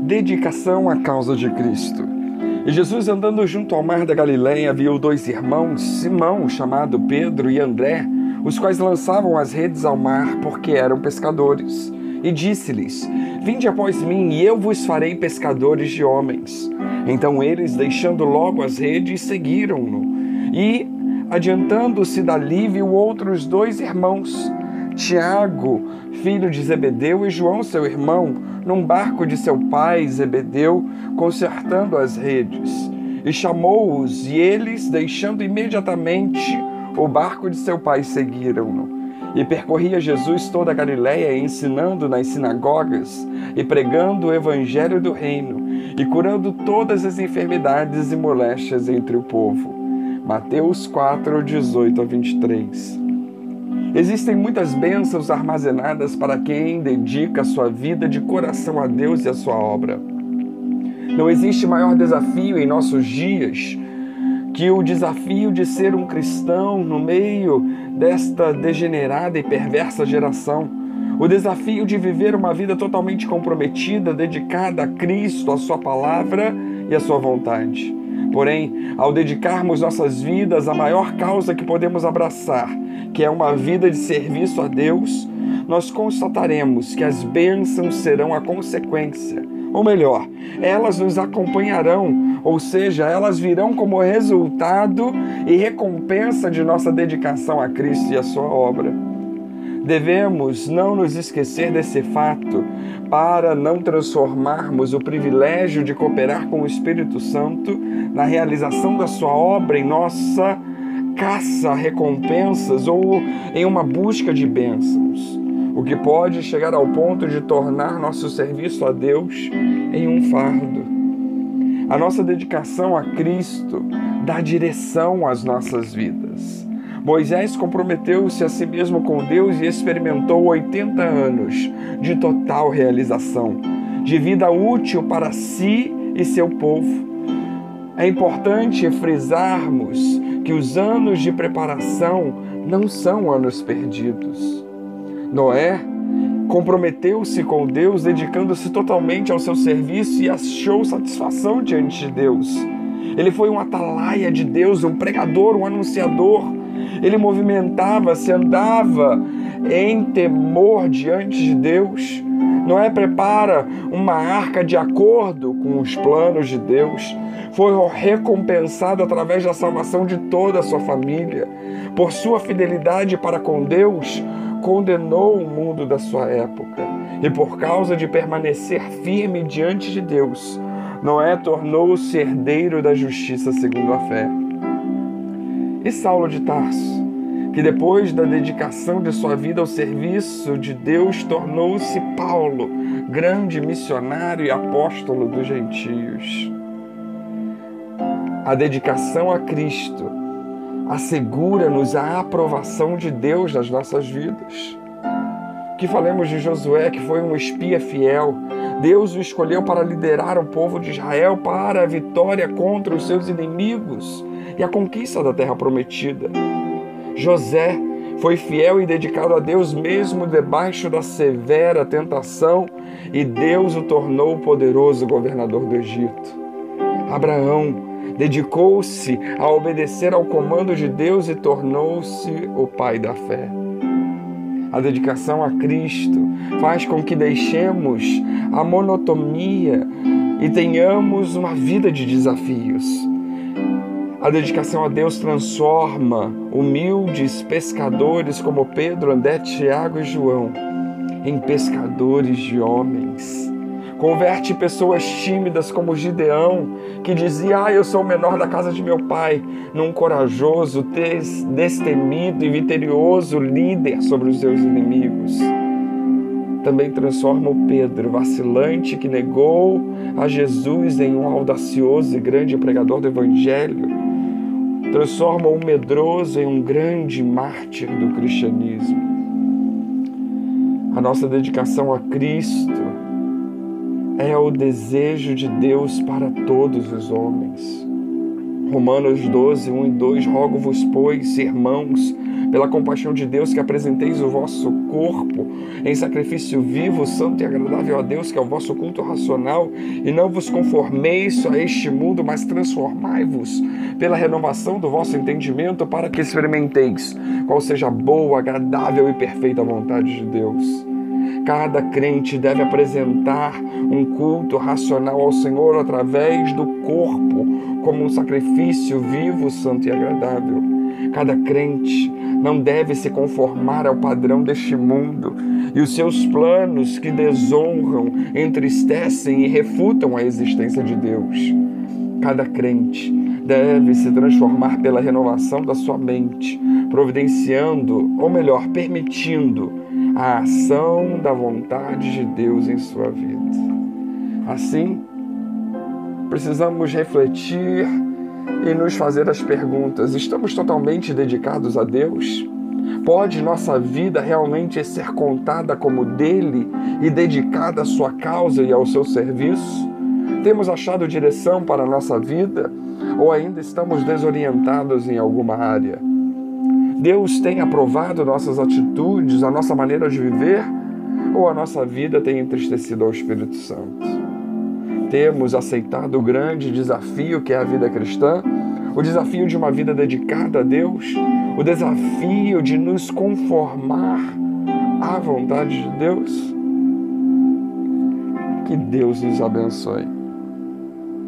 Dedicação à causa de Cristo. E Jesus, andando junto ao mar da Galileia, viu dois irmãos, Simão, chamado Pedro, e André, os quais lançavam as redes ao mar, porque eram pescadores. E disse-lhes: Vinde após mim, e eu vos farei pescadores de homens. Então eles, deixando logo as redes, seguiram-no. E, adiantando-se dali, viu outros dois irmãos, Tiago, filho de Zebedeu, e João, seu irmão, num barco de seu pai Zebedeu, consertando as redes. E chamou-os, e eles, deixando imediatamente o barco de seu pai, seguiram-no. E percorria Jesus toda a Galileia, ensinando nas sinagogas, e pregando o evangelho do reino, e curando todas as enfermidades e moléstias entre o povo. Mateus 4, 18 a 23. Existem muitas bênçãos armazenadas para quem dedica a sua vida de coração a Deus e a sua obra. Não existe maior desafio em nossos dias que o desafio de ser um cristão no meio desta degenerada e perversa geração. O desafio de viver uma vida totalmente comprometida, dedicada a Cristo, a sua palavra e a sua vontade. Porém, ao dedicarmos nossas vidas à maior causa que podemos abraçar, que é uma vida de serviço a Deus, nós constataremos que as bênçãos serão a consequência. Ou melhor, elas nos acompanharão, ou seja, elas virão como resultado e recompensa de nossa dedicação a Cristo e a sua obra. Devemos não nos esquecer desse fato para não transformarmos o privilégio de cooperar com o Espírito Santo na realização da sua obra em nossa caça a recompensas ou em uma busca de bênçãos, o que pode chegar ao ponto de tornar nosso serviço a Deus em um fardo. A nossa dedicação a Cristo dá direção às nossas vidas. Moisés comprometeu-se a si mesmo com Deus e experimentou 80 anos de total realização, de vida útil para si e seu povo. É importante frisarmos que os anos de preparação não são anos perdidos. Noé comprometeu-se com Deus, dedicando-se totalmente ao seu serviço e achou satisfação diante de Deus. Ele foi um atalaia de Deus, um pregador, um anunciador. Ele movimentava-se, andava em temor diante de Deus. Noé prepara uma arca de acordo com os planos de Deus. Foi recompensado através da salvação de toda a sua família. Por sua fidelidade para com Deus, condenou o mundo da sua época. E por causa de permanecer firme diante de Deus, Noé tornou-se herdeiro da justiça segundo a fé. E Saulo de Tarso, que depois da dedicação de sua vida ao serviço de Deus, tornou-se Paulo, grande missionário e apóstolo dos gentios. A dedicação a Cristo assegura-nos a aprovação de Deus nas nossas vidas. Que falemos de Josué, que foi um espia fiel. Deus o escolheu para liderar o povo de Israel para a vitória contra os seus inimigos e a conquista da terra prometida. José foi fiel e dedicado a Deus mesmo debaixo da severa tentação, e Deus o tornou poderoso governador do Egito. Abraão dedicou-se a obedecer ao comando de Deus e tornou-se o pai da fé. A dedicação a Cristo faz com que deixemos a monotonia e tenhamos uma vida de desafios. A dedicação a Deus transforma humildes pescadores como Pedro, André, Tiago e João em pescadores de homens. Converte pessoas tímidas como Gideão, que dizia: eu sou o menor da casa de meu pai, num corajoso, destemido e vitorioso líder sobre os seus inimigos. Também transforma o Pedro, vacilante, que negou a Jesus em um audacioso e grande pregador do Evangelho. Transforma o medroso em um grande mártir do cristianismo. A nossa dedicação a Cristo é o desejo de Deus para todos os homens. Romanos 12, 1 e 2, rogo-vos, pois, irmãos, pela compaixão de Deus, que apresenteis o vosso corpo em sacrifício vivo, santo e agradável a Deus, que é o vosso culto racional, e não vos conformeis a este mundo, mas transformai-vos pela renovação do vosso entendimento, para que experimenteis qual seja a boa, agradável e perfeita vontade de Deus. Cada crente deve apresentar um culto racional ao Senhor através do corpo, como um sacrifício vivo, santo e agradável. Cada crente não deve se conformar ao padrão deste mundo e os seus planos que desonram, entristecem e refutam a existência de Deus. Cada crente deve se transformar pela renovação da sua mente, providenciando, ou melhor, permitindo a ação da vontade de Deus em sua vida. Assim, precisamos refletir e nos fazer as perguntas: estamos totalmente dedicados a Deus? Pode nossa vida realmente ser contada como dele e dedicada à sua causa e ao seu serviço? Temos achado direção para a nossa vida ou ainda estamos desorientados em alguma área? Deus tem aprovado nossas atitudes, a nossa maneira de viver, ou a nossa vida tem entristecido ao Espírito Santo? Temos aceitado o grande desafio que é a vida cristã, o desafio de uma vida dedicada a Deus, o desafio de nos conformar à vontade de Deus? Que Deus nos abençoe.